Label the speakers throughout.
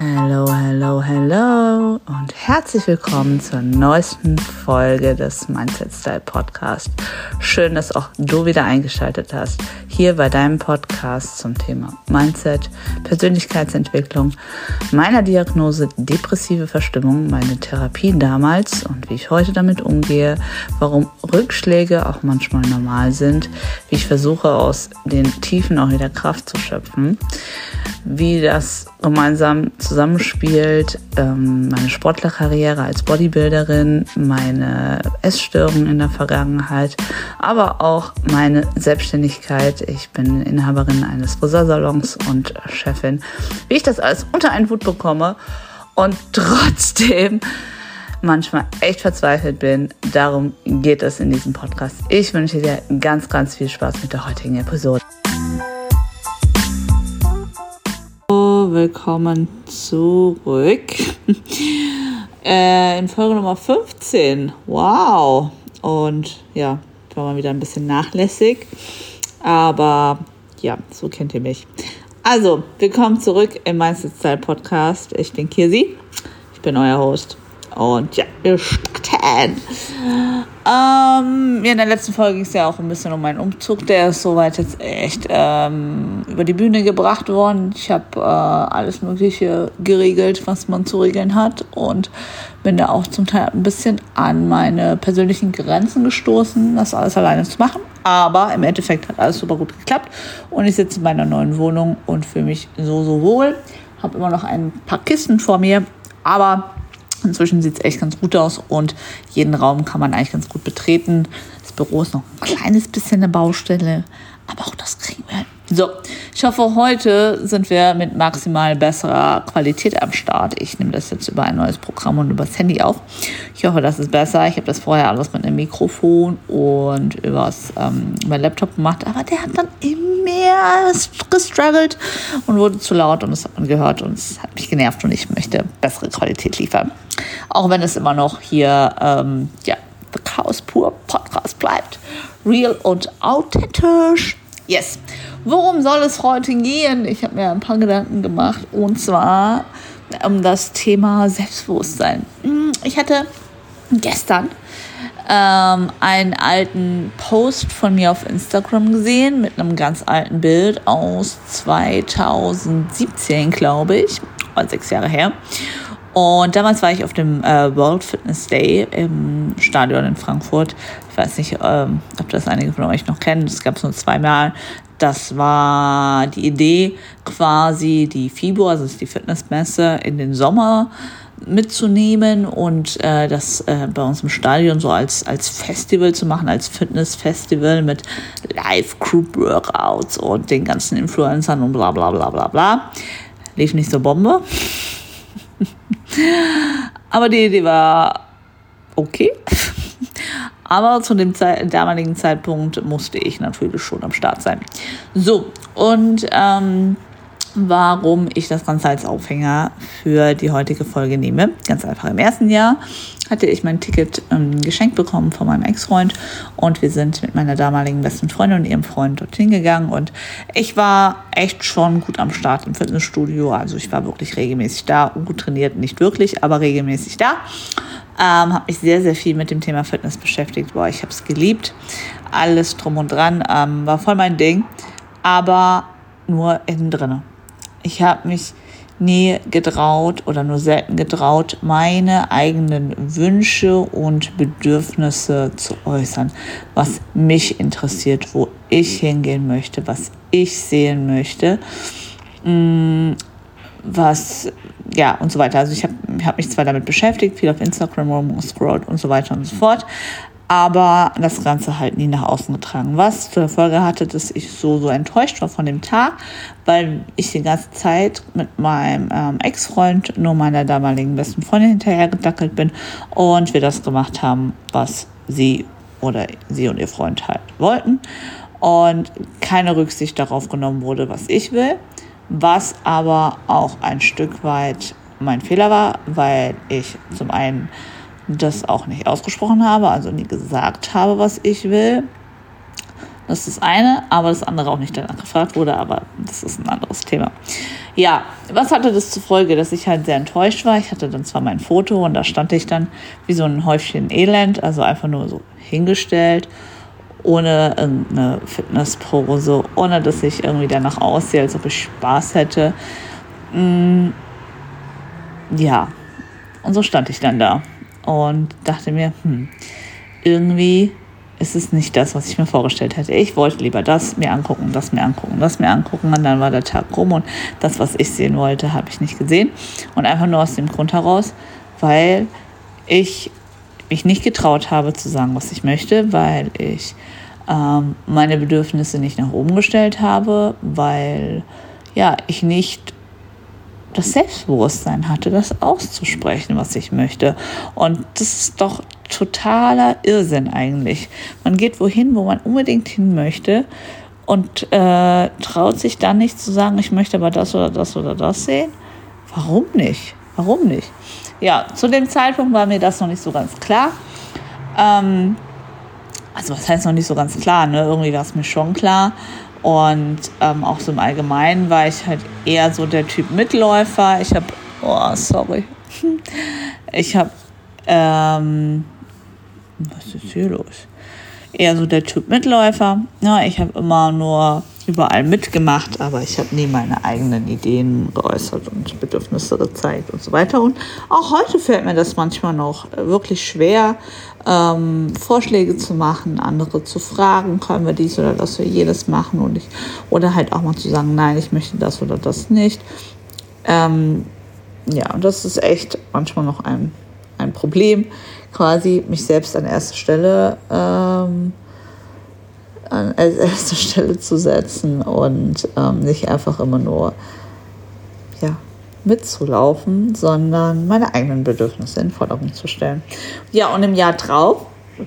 Speaker 1: Hello und herzlich willkommen zur neuesten Folge des Mindset Style Podcast. Schön, dass auch du wieder eingeschaltet hast, hier bei deinem Podcast zum Thema Mindset, Persönlichkeitsentwicklung, meiner Diagnose depressive Verstimmung, meine Therapie damals und wie ich heute damit umgehe, warum Rückschläge auch manchmal normal sind, wie ich versuche aus den Tiefen auch wieder Kraft zu schöpfen, wie das gemeinsam zusammenspielt, meine Sportlerkarriere als Bodybuilderin, meine Essstörung in der Vergangenheit, aber auch meine Selbstständigkeit. Ich bin Inhaberin eines Friseursalons und Chefin. Wie ich das alles unter einen Hut bekomme und trotzdem manchmal echt verzweifelt bin, darum geht es in diesem Podcast. Ich wünsche dir ganz, ganz viel Spaß mit der heutigen Episode. Willkommen zurück in Folge Nummer 15. Wow. Und ja, war mal wieder ein bisschen nachlässig, aber ja, so kennt ihr mich. Also, willkommen zurück im Mindset Style Podcast. Ich bin Kirsi, ich bin euer Host und ja, wir starten. In der letzten Folge ging es ja auch ein bisschen um meinen Umzug. Der ist soweit jetzt echt über die Bühne gebracht worden. Ich habe alles Mögliche geregelt, was man zu regeln hat, und bin da auch zum Teil ein bisschen an meine persönlichen Grenzen gestoßen, das alles alleine zu machen. Aber im Endeffekt hat alles super gut geklappt und ich sitze in meiner neuen Wohnung und fühle mich so wohl. Habe immer noch ein paar Kisten vor mir, aber inzwischen sieht es echt ganz gut aus und jeden Raum kann man eigentlich ganz gut betreten. Das Büro ist noch ein kleines bisschen eine Baustelle, aber auch das kriegen wir hin. So, ich hoffe, heute sind wir mit maximal besserer Qualität am Start. Ich nehme das jetzt über ein neues Programm und über das Handy auf. Ich hoffe, das ist besser. Ich habe das vorher alles mit einem Mikrofon und über Laptop gemacht, aber der hat dann immer gestruggelt und wurde zu laut und das hat man gehört und es hat mich genervt und ich möchte bessere Qualität liefern. Auch wenn es immer noch hier The Chaos Pur Podcast bleibt. Real und authentisch. Yes. Worum soll es heute gehen? Ich habe mir ein paar Gedanken gemacht und zwar um das Thema Selbstbewusstsein. Ich hatte gestern einen alten Post von mir auf Instagram gesehen mit einem ganz alten Bild aus 2017, glaube ich, 6 Jahre her. Und damals war ich auf dem World Fitness Day im Stadion in Frankfurt. Ich weiß nicht, ob das einige von euch noch kennen. Das gab es nur 2 Mal. Das war die Idee, quasi die FIBO, also die Fitnessmesse, in den Sommer mitzunehmen und das bei uns im Stadion so als Festival zu machen, als Fitnessfestival mit Live-Group-Workouts und den ganzen Influencern und bla bla bla bla bla. Lief nicht so Bombe. Aber die Idee war okay. Aber zu dem damaligen Zeitpunkt musste ich natürlich schon am Start sein. So, und warum ich das Ganze als Aufhänger für die heutige Folge nehme. Ganz einfach, im ersten Jahr hatte ich mein Ticket geschenkt bekommen von meinem Ex-Freund und wir sind mit meiner damaligen besten Freundin und ihrem Freund dorthin gegangen und ich war echt schon gut am Start im Fitnessstudio, also ich war wirklich regelmäßig da, gut trainiert, nicht wirklich, aber regelmäßig da. Habe mich sehr, sehr viel mit dem Thema Fitness beschäftigt, ich habe es geliebt, alles drum und dran, war voll mein Ding, aber nur innen drinne. Ich habe mich nie getraut oder nur selten getraut, meine eigenen Wünsche und Bedürfnisse zu äußern, was mich interessiert, wo ich hingehen möchte, was ich sehen möchte, und so weiter. Also ich hab mich zwar damit beschäftigt, viel auf Instagram rumgescrollt und so weiter und so fort, aber das Ganze halt nie nach außen getragen. Was zur Folge hatte, dass ich so enttäuscht war von dem Tag, weil ich die ganze Zeit mit meinem Ex-Freund nur meiner damaligen besten Freundin hinterhergedackelt bin und wir das gemacht haben, was sie und ihr Freund halt wollten und keine Rücksicht darauf genommen wurde, was ich will, was aber auch ein Stück weit mein Fehler war, weil ich zum einen das auch nicht ausgesprochen habe, also nie gesagt habe, was ich will. Das ist das eine, aber das andere auch nicht danach gefragt wurde, aber das ist ein anderes Thema. Ja, was hatte das zur Folge, dass ich halt sehr enttäuscht war? Ich hatte dann zwar mein Foto und da stand ich dann wie so ein Häufchen Elend, also einfach nur so hingestellt, ohne irgendeine Fitnesspose, ohne dass ich irgendwie danach aussehe, als ob ich Spaß hätte. Ja, und so stand ich dann da und dachte mir, irgendwie ist es nicht das, was ich mir vorgestellt hätte. Ich wollte lieber das mir angucken, das mir angucken, das mir angucken und dann war der Tag rum und das, was ich sehen wollte, habe ich nicht gesehen. Und einfach nur aus dem Grund heraus, weil ich mich nicht getraut habe zu sagen, was ich möchte, weil ich meine Bedürfnisse nicht nach oben gestellt habe, weil ich nicht das Selbstbewusstsein hatte, das auszusprechen, was ich möchte. Und das ist doch totaler Irrsinn eigentlich. Man geht wohin, wo man unbedingt hin möchte und traut sich dann nicht zu sagen, ich möchte aber das oder das oder das sehen. Warum nicht? Warum nicht? Ja, zu dem Zeitpunkt war mir das noch nicht so ganz klar. Also was heißt noch nicht so ganz klar, ne? Irgendwie war es mir schon klar. Und auch so im Allgemeinen war ich halt eher so der Typ Mitläufer. Ich habe was ist hier los? Eher so der Typ Mitläufer. Ja, ich habe immer nur überall mitgemacht, aber ich habe nie meine eigenen Ideen geäußert und Bedürfnisse gezeigt und so weiter. Und auch heute fällt mir das manchmal noch wirklich schwer, Vorschläge zu machen, andere zu fragen, können wir dies oder das oder jedes machen oder halt auch mal zu sagen, nein, ich möchte das oder das nicht. Und das ist echt manchmal noch ein Problem, quasi mich selbst an erste Stelle zu setzen und nicht einfach immer nur mitzulaufen, sondern meine eigenen Bedürfnisse in den Vordergrund zu stellen. Ja, und im Jahr drauf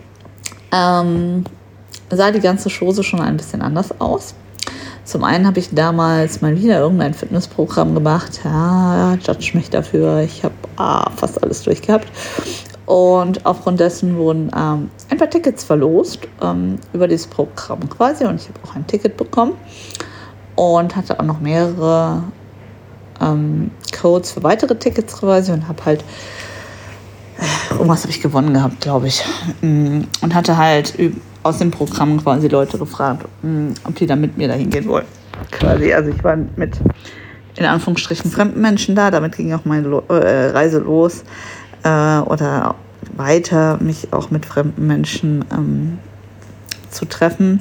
Speaker 1: sah die ganze Chose schon ein bisschen anders aus. Zum einen habe ich damals mal wieder irgendein Fitnessprogramm gemacht. Ja, judge mich dafür. Ich habe fast alles durchgehabt. Und aufgrund dessen wurden ein paar Tickets verlost über dieses Programm quasi. Und ich habe auch ein Ticket bekommen und hatte auch noch mehrere Codes für weitere Tickets quasi und habe halt irgendwas habe ich gewonnen gehabt, glaube ich. Und hatte halt aus dem Programm quasi Leute gefragt, ob die da mit mir dahin gehen wollen. Quasi, also ich war mit, in Anführungsstrichen, fremden Menschen da. Damit ging auch meine Reise los. Oder weiter, mich auch mit fremden Menschen zu treffen.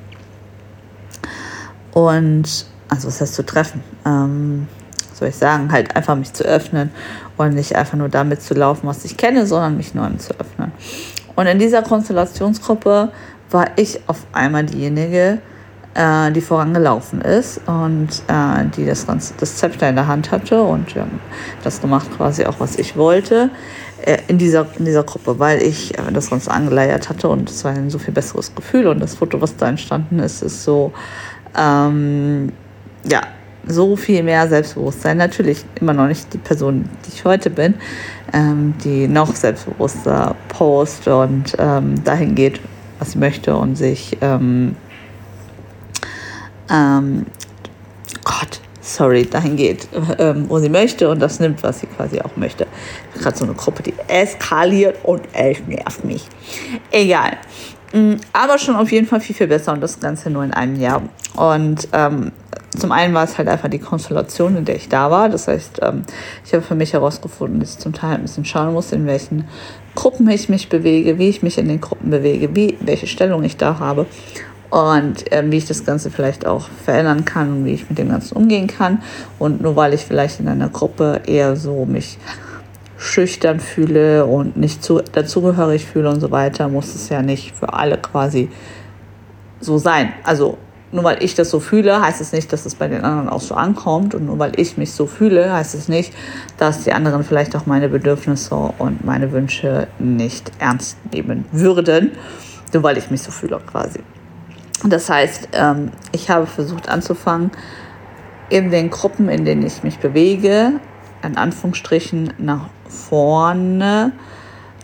Speaker 1: Und, also was heißt zu treffen? Soll ich sagen, halt einfach mich zu öffnen und nicht einfach nur damit zu laufen, was ich kenne, sondern mich neu zu öffnen. Und in dieser Konstellationsgruppe war ich auf einmal diejenige, die vorangelaufen ist und die das Zepter in der Hand hatte und das gemacht quasi auch, was ich wollte in dieser Gruppe, weil ich das Ganze angeleiert hatte und es war ein so viel besseres Gefühl und das Foto, was da entstanden ist so so viel mehr Selbstbewusstsein. Natürlich immer noch nicht die Person, die ich heute bin, die noch selbstbewusster postet und dahin geht, was sie möchte und sich dahin geht, wo sie möchte und das nimmt, was sie quasi auch möchte. Gerade so eine Gruppe, die eskaliert und es nervt mich. Egal. Aber schon auf jeden Fall viel, viel besser und das Ganze nur in einem Jahr. Und zum einen war es halt einfach die Konstellation, in der ich da war. Das heißt, ich habe für mich herausgefunden, dass ich zum Teil ein bisschen schauen muss, in welchen Gruppen ich mich bewege, wie ich mich in den Gruppen bewege, welche Stellung ich da habe und wie ich das Ganze vielleicht auch verändern kann und wie ich mit dem Ganzen umgehen kann. Und nur weil ich vielleicht in einer Gruppe eher so mich schüchtern fühle und nicht dazugehörig fühle und so weiter, muss es ja nicht für alle quasi so sein. Also nur weil ich das so fühle, heißt es nicht, dass es bei den anderen auch so ankommt. Und nur weil ich mich so fühle, heißt es nicht, dass die anderen vielleicht auch meine Bedürfnisse und meine Wünsche nicht ernst nehmen würden. Nur weil ich mich so fühle quasi. Das heißt, ich habe versucht anzufangen, in den Gruppen, in denen ich mich bewege, in Anführungsstrichen nach vorne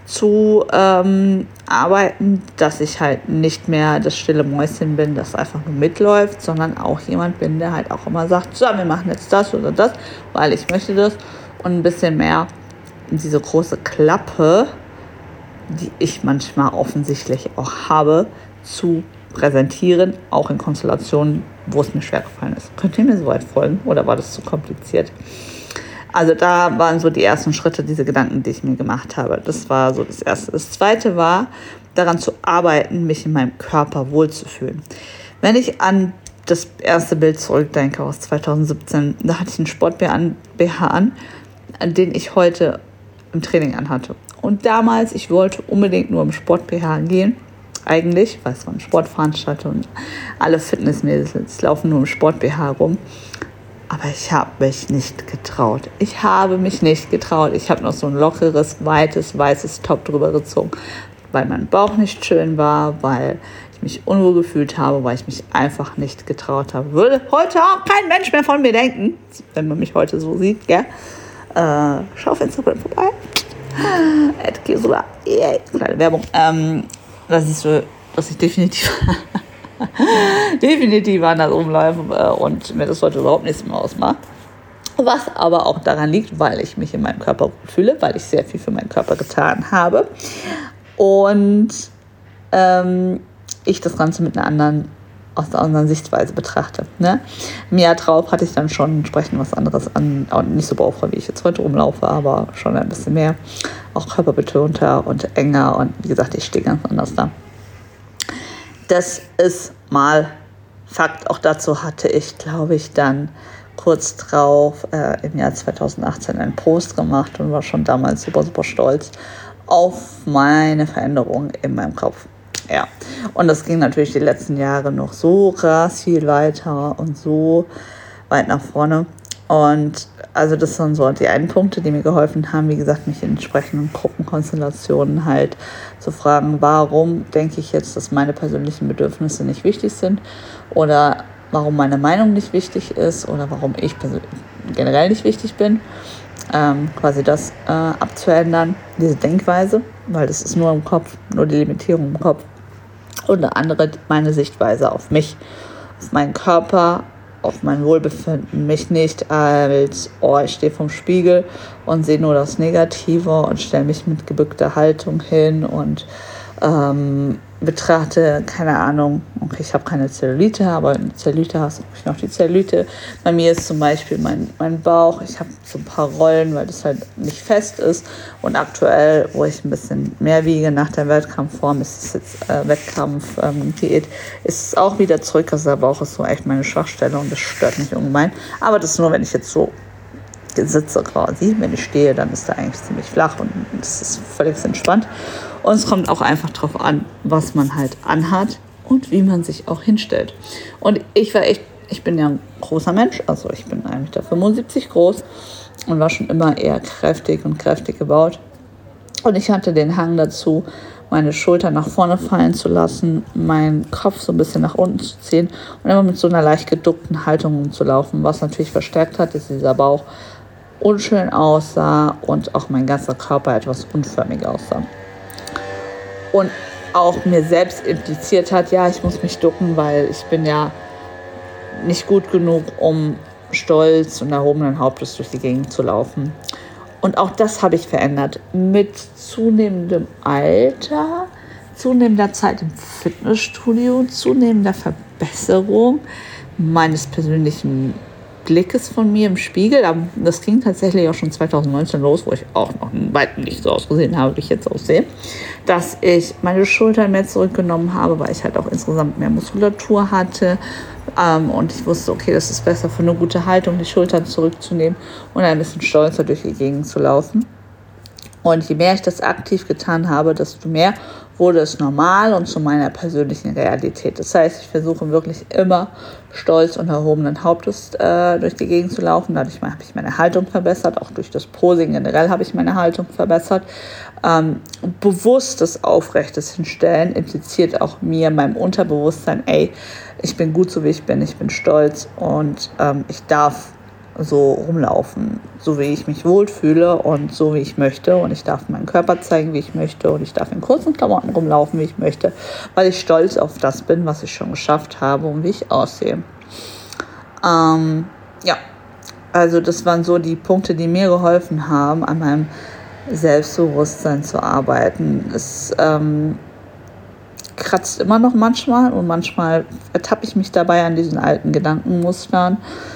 Speaker 1: zu arbeiten, dass ich halt nicht mehr das stille Mäuschen bin, das einfach nur mitläuft, sondern auch jemand bin, der halt auch immer sagt, so, wir machen jetzt das oder das, weil ich möchte das, und ein bisschen mehr diese große Klappe, die ich manchmal offensichtlich auch habe, zu präsentieren, auch in Konstellationen, wo es mir schwer gefallen ist. Könnt ihr mir so weit folgen oder war das zu kompliziert? Also da waren so die ersten Schritte, diese Gedanken, die ich mir gemacht habe. Das war so das Erste. Das Zweite war, daran zu arbeiten, mich in meinem Körper wohlzufühlen. Wenn ich an das erste Bild zurückdenke aus 2017, da hatte ich einen Sport-BH an, den ich heute im Training anhatte. Und damals, ich wollte unbedingt nur im Sport-BH gehen, eigentlich, weil es war eine Sportveranstaltung, alle Fitnessmädels laufen nur im Sport-BH rum. Aber ich habe mich nicht getraut. Ich habe noch so ein lockeres, weites, weißes Top drüber gezogen, weil mein Bauch nicht schön war, weil ich mich unwohl gefühlt habe, weil ich mich einfach nicht getraut habe. Würde heute auch kein Mensch mehr von mir denken, wenn man mich heute so sieht, gell? Schau auf Instagram vorbei. @Gisela. Kleine Werbung. Das ist so, dass ich definitiv anders rumlaufe und mir das heute überhaupt nichts mehr ausmacht. Was aber auch daran liegt, weil ich mich in meinem Körper gut fühle, weil ich sehr viel für meinen Körper getan habe und ich das Ganze aus einer anderen Sichtweise betrachte. Ne? Im Jahr drauf hatte ich dann schon entsprechend was anderes an, auch nicht so bauchfrei, wie ich jetzt heute rumlaufe, aber schon ein bisschen mehr, auch körperbetonter und enger und wie gesagt, ich stehe ganz anders da. Das ist mal Fakt. Auch dazu hatte ich, glaube ich, dann kurz drauf im Jahr 2018 einen Post gemacht und war schon damals super, super stolz auf meine Veränderung in meinem Kopf. Ja, und das ging natürlich die letzten Jahre noch so krass viel weiter und so weit nach vorne. Und also das sind so die einen Punkte, die mir geholfen haben, wie gesagt, mich in entsprechenden Gruppenkonstellationen halt zu fragen, warum denke ich jetzt, dass meine persönlichen Bedürfnisse nicht wichtig sind oder warum meine Meinung nicht wichtig ist oder warum ich generell nicht wichtig bin. Quasi das abzuändern, diese Denkweise, weil das ist nur im Kopf, nur die Limitierung im Kopf. Und eine andere, meine Sichtweise auf mich, auf meinen Körper, auf mein Wohlbefinden, mich nicht als, ich stehe vorm Spiegel und sehe nur das Negative und stelle mich mit gebückter Haltung hin und betrachte, keine Ahnung, okay, ich habe keine Zellulite, aber wenn du Zellulite hast, habe ich noch die Zellulite. Bei mir ist zum Beispiel mein Bauch, ich habe so ein paar Rollen, weil das halt nicht fest ist. Und aktuell, wo ich ein bisschen mehr wiege nach der Wettkampfform, ist es jetzt Wettkampfdiät, ist es auch wieder zurück. Also der Bauch ist so echt meine Schwachstelle und das stört mich ungemein. Aber das ist nur, wenn ich jetzt so sitze quasi. Wenn ich stehe, dann ist da eigentlich ziemlich flach und das ist völlig entspannt. Und es kommt auch einfach drauf an, was man halt anhat und wie man sich auch hinstellt. Und ich bin ja ein großer Mensch, also ich bin 1,75 Meter groß und war schon immer eher kräftig gebaut. Und ich hatte den Hang dazu, meine Schultern nach vorne fallen zu lassen, meinen Kopf so ein bisschen nach unten zu ziehen und immer mit so einer leicht geduckten Haltung rumzulaufen. Was natürlich verstärkt hat, ist dieser Bauch unschön aussah und auch mein ganzer Körper etwas unförmig aussah. Und auch mir selbst impliziert hat, ja, ich muss mich ducken, weil ich bin ja nicht gut genug, um stolz und erhobenen Hauptes durch die Gegend zu laufen. Und auch das habe ich verändert mit zunehmendem Alter, zunehmender Zeit im Fitnessstudio, zunehmender Verbesserung meines persönlichen Blickes von mir im Spiegel. Das ging tatsächlich auch schon 2019 los, wo ich auch noch weit nicht so ausgesehen habe, wie ich jetzt aussehe, dass ich meine Schultern mehr zurückgenommen habe, weil ich halt auch insgesamt mehr Muskulatur hatte. Und ich wusste, okay, das ist besser für eine gute Haltung, die Schultern zurückzunehmen und ein bisschen stolzer durch die Gegend zu laufen. Und je mehr ich das aktiv getan habe, desto mehr wurde es normal und zu meiner persönlichen Realität. Das heißt, ich versuche wirklich immer stolz und erhobenen Hauptes durch die Gegend zu laufen. Dadurch habe ich meine Haltung verbessert, auch durch das Posing generell habe ich meine Haltung verbessert. Bewusstes, aufrechtes Hinstellen impliziert auch mir, meinem Unterbewusstsein, ich bin gut so wie ich bin stolz und ich darf so rumlaufen, so wie ich mich wohlfühle und so wie ich möchte. Und ich darf meinen Körper zeigen, wie ich möchte. Und ich darf in kurzen Klamotten rumlaufen, wie ich möchte, weil ich stolz auf das bin, was ich schon geschafft habe und wie ich aussehe. Ja, also das waren so die Punkte, die mir geholfen haben, an meinem Selbstbewusstsein zu arbeiten. Es kratzt immer noch manchmal und manchmal ertappe ich mich dabei an diesen alten Gedankenmustern.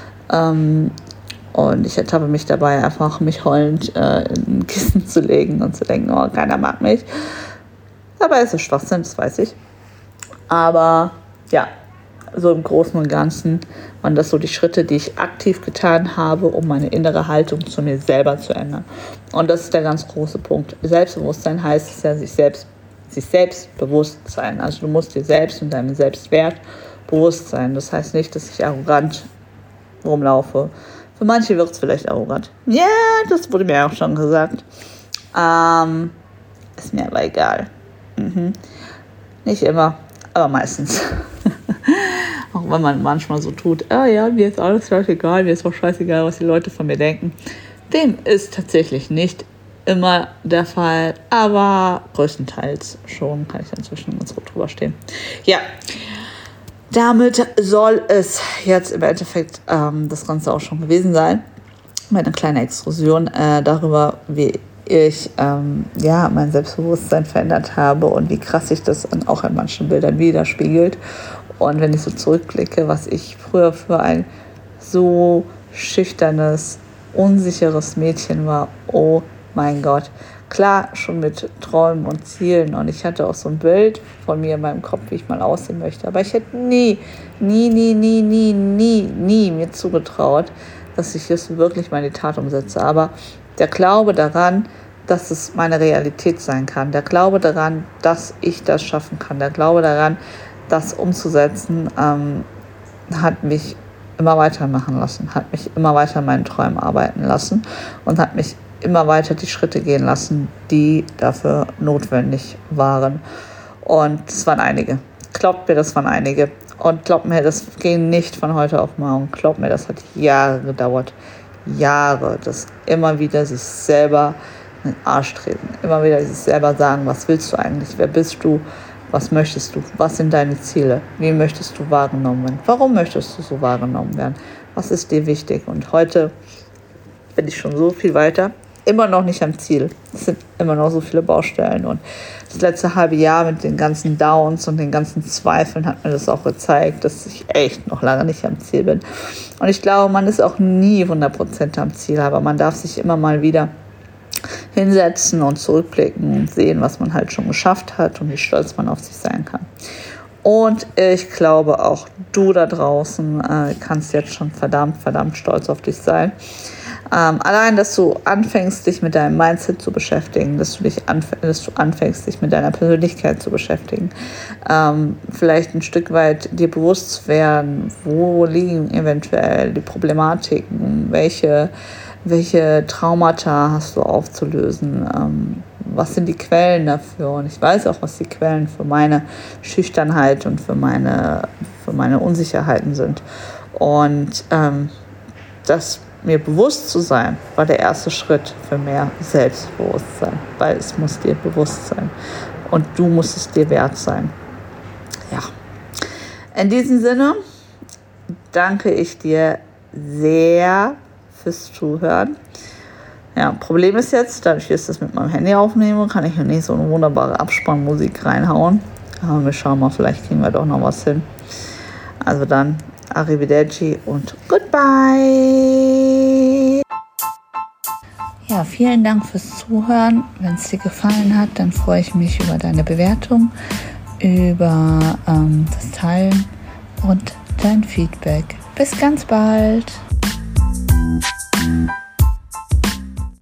Speaker 1: Und ich ertappe mich dabei, einfach mich heulend in ein Kissen zu legen und zu denken, oh, keiner mag mich. Dabei ist es Schwachsinn, das weiß ich. Aber ja, so im Großen und Ganzen waren das so die Schritte, die ich aktiv getan habe, um meine innere Haltung zu mir selber zu ändern. Und das ist der ganz große Punkt. Selbstbewusstsein heißt es ja, sich selbst bewusst sein. Also du musst dir selbst und deinem Selbstwert bewusst sein. Das heißt nicht, dass ich arrogant rumlaufe. Für manche wird es vielleicht arrogant. Ja, das wurde mir auch schon gesagt. Ist mir aber egal. Nicht immer, aber meistens. Auch wenn man manchmal so tut, ja, mir ist alles scheißegal, mir ist auch scheißegal, was die Leute von mir denken. Dem ist tatsächlich nicht immer der Fall, aber größtenteils schon, kann ich inzwischen ganz gut drüber stehen. Ja, damit soll es jetzt im Endeffekt das Ganze auch schon gewesen sein. Meine kleine Exkursion darüber, wie ich mein Selbstbewusstsein verändert habe und wie krass sich das auch in manchen Bildern widerspiegelt. Und wenn ich so zurückblicke, was ich früher für ein so schüchternes, unsicheres Mädchen war, oh mein Gott. Klar, schon mit Träumen und Zielen. Und ich hatte auch so ein Bild von mir in meinem Kopf, wie ich mal aussehen möchte. Aber ich hätte nie mir zugetraut, dass ich das wirklich mal in die Tat umsetze. Aber der Glaube daran, dass es meine Realität sein kann, der Glaube daran, dass ich das schaffen kann, der Glaube daran, das umzusetzen, hat mich immer weitermachen lassen, hat mich immer weiter an meinen Träumen arbeiten lassen und hat mich immer weiter die Schritte gehen lassen, die dafür notwendig waren. Und es waren einige. Glaubt mir, das waren einige. Und glaubt mir, das ging nicht von heute auf morgen. Glaubt mir, das hat Jahre gedauert. Jahre. Das immer wieder sich selber in den Arsch treten. Immer wieder sich selber sagen, was willst du eigentlich? Wer bist du? Was möchtest du? Was sind deine Ziele? Wie möchtest du wahrgenommen werden? Warum möchtest du so wahrgenommen werden? Was ist dir wichtig? Und heute bin ich schon so viel weiter. Immer noch nicht am Ziel. Es sind immer noch so viele Baustellen. Und das letzte halbe Jahr mit den ganzen Downs und den ganzen Zweifeln hat mir das auch gezeigt, dass ich echt noch lange nicht am Ziel bin. Und ich glaube, man ist auch nie 100% am Ziel, aber man darf sich immer mal wieder hinsetzen und zurückblicken und sehen, was man halt schon geschafft hat und wie stolz man auf sich sein kann. Und ich glaube, auch du da draußen kannst jetzt schon verdammt stolz auf dich sein. Allein, dass du anfängst, dich mit deinem Mindset zu beschäftigen, dass du anfängst, dich mit deiner Persönlichkeit zu beschäftigen, vielleicht ein Stück weit dir bewusst zu werden, wo liegen eventuell die Problematiken, welche Traumata hast du aufzulösen, was sind die Quellen dafür? Und ich weiß auch, was die Quellen für meine Schüchternheit und für meine Unsicherheiten sind. Und das mir bewusst zu sein, war der erste Schritt für mehr Selbstbewusstsein, weil es muss dir bewusst sein und du musst es dir wert sein. Ja. In diesem Sinne danke ich dir sehr fürs Zuhören. Ja, Problem ist jetzt, dadurch, dass ich das mit meinem Handy aufnehme, kann ich nicht so eine wunderbare Abspannmusik reinhauen. Aber wir schauen mal, vielleicht kriegen wir doch noch was hin. Also dann, Arrivederci und Goodbye. Ja, vielen Dank fürs Zuhören. Wenn es dir gefallen hat, dann freue ich mich über deine Bewertung, über das Teilen und dein Feedback. Bis ganz bald.